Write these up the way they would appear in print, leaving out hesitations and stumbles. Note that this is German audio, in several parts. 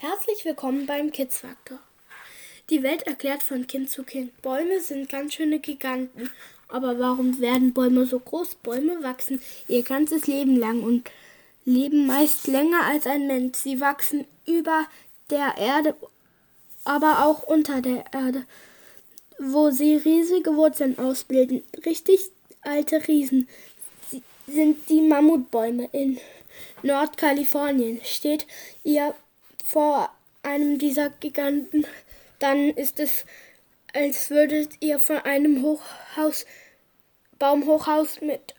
Herzlich willkommen beim Kids Faktor. Die Welt erklärt von Kind zu Kind. Bäume sind ganz schöne Giganten. Aber warum werden Bäume so groß? Bäume wachsen ihr ganzes Leben lang und leben meist länger als ein Mensch. Sie wachsen über der Erde, aber auch unter der Erde, wo sie riesige Wurzeln ausbilden. Richtig alte Riesen sind die Mammutbäume. In Nordkalifornien steht ihr vor einem dieser Giganten, dann ist es, als würdet ihr von einem Baumhochhaus mit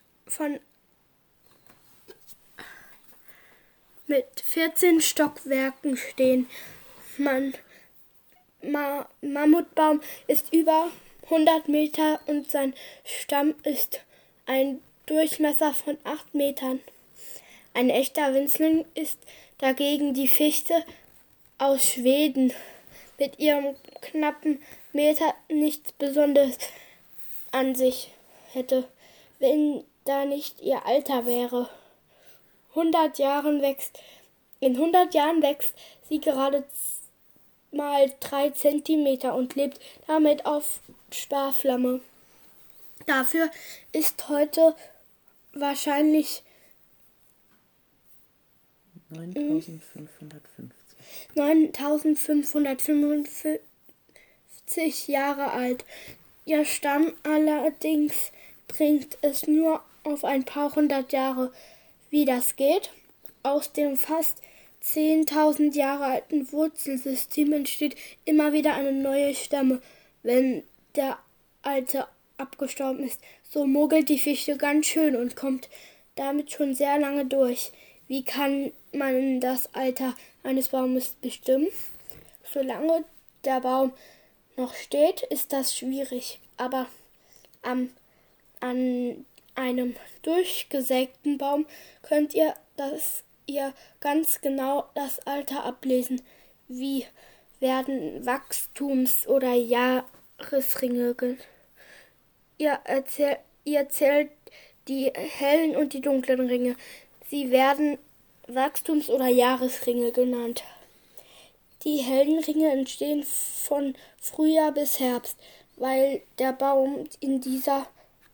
14 Stockwerken stehen. Mammutbaum ist über 100 Meter und sein Stamm ist ein Durchmesser von 8 Metern. Ein echter Winzling ist dagegen die Fichte aus Schweden. Mit ihrem knappen Meter nichts Besonderes an sich hätte, wenn da nicht ihr Alter wäre. In 100 Jahren wächst sie gerade mal 3 Zentimeter und lebt damit auf Sparflamme. Dafür ist heute wahrscheinlich 9555 Jahre alt. Ihr Stamm allerdings bringt es nur auf ein paar hundert Jahre. Wie das geht? Aus dem fast 10.000 Jahre alten Wurzelsystem entsteht immer wieder eine neue Stamme, wenn der alte abgestorben ist. So mogelt die Fichte ganz schön und kommt damit schon sehr lange durch. Wie kann man das Alter eines Baumes bestimmen? Solange der Baum noch steht, ist das schwierig. Aber an einem durchgesägten Baum könnt ihr ganz genau das Alter ablesen. Wie werden Wachstums- oder Jahresringe genannt? Ihr zählt die hellen und die dunklen Ringe. Sie werden Wachstums- oder Jahresringe genannt. Die hellen Ringe entstehen von Frühjahr bis Herbst, weil der Baum in dieser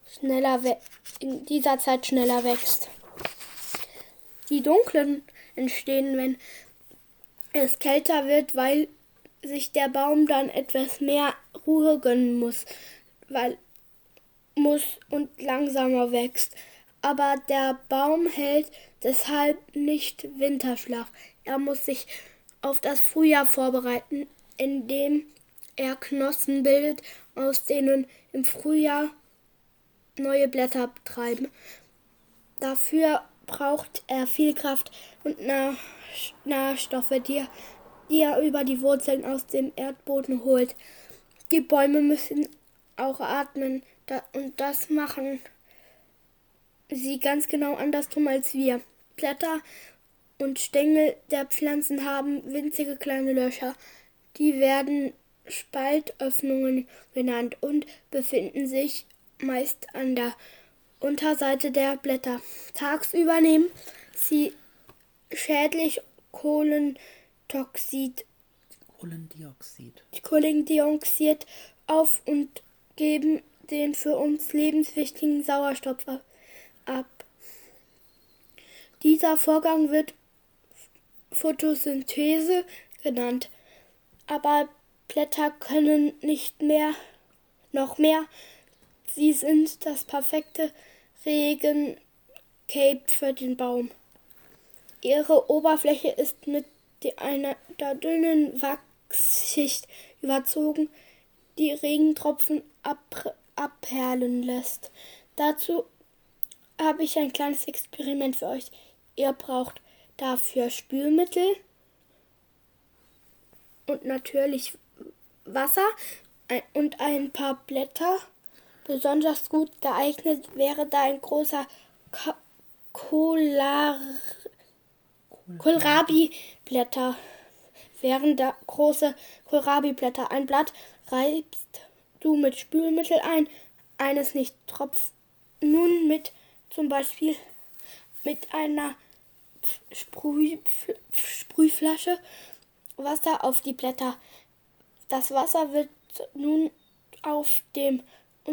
Zeit schneller wächst. Die dunklen entstehen, wenn es kälter wird, weil sich der Baum dann etwas mehr Ruhe gönnen muss und langsamer wächst. Aber der Baum hält deshalb nicht Winterschlaf. Er muss sich auf das Frühjahr vorbereiten, indem er Knospen bildet, aus denen im Frühjahr neue Blätter treiben. Dafür braucht er viel Kraft und Nährstoffe, die er über die Wurzeln aus dem Erdboden holt. Die Bäume müssen auch atmen, und das machen sie ganz genau andersrum als wir. Blätter und Stängel der Pflanzen haben winzige kleine Löcher. Die werden Spaltöffnungen genannt und befinden sich meist an der Unterseite der Blätter. Tagsüber nehmen sie schädlich Kohlendioxid auf und geben den für uns lebenswichtigen Sauerstoff ab. Dieser Vorgang wird Photosynthese genannt. Aber Blätter können noch mehr. Sie sind das perfekte Regencape für den Baum. Ihre Oberfläche ist mit einer dünnen Wachsschicht überzogen, die Regentropfen abperlen lässt. Dazu habe ich ein kleines Experiment für euch. Ihr braucht dafür Spülmittel und natürlich Wasser und ein paar Blätter. Besonders gut geeignet wäre da ein großer Kohlrabi-Blätter. Wären da große Kohlrabi-Blätter. Ein Blatt reibst du mit Spülmittel ein, eines nicht tropft. Nun zum Beispiel mit einer Sprühflasche Wasser auf die Blätter. Das Wasser wird nun auf dem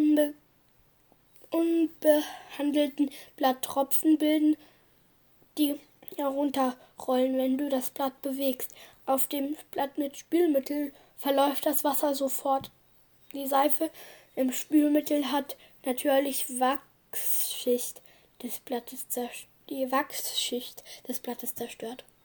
unbehandelten Blatt Tropfen bilden, die herunterrollen, wenn du das Blatt bewegst. Auf dem Blatt mit Spülmittel verläuft das Wasser sofort. Die Seife im Spülmittel hat natürlich die Wachsschicht des Blattes zerstört.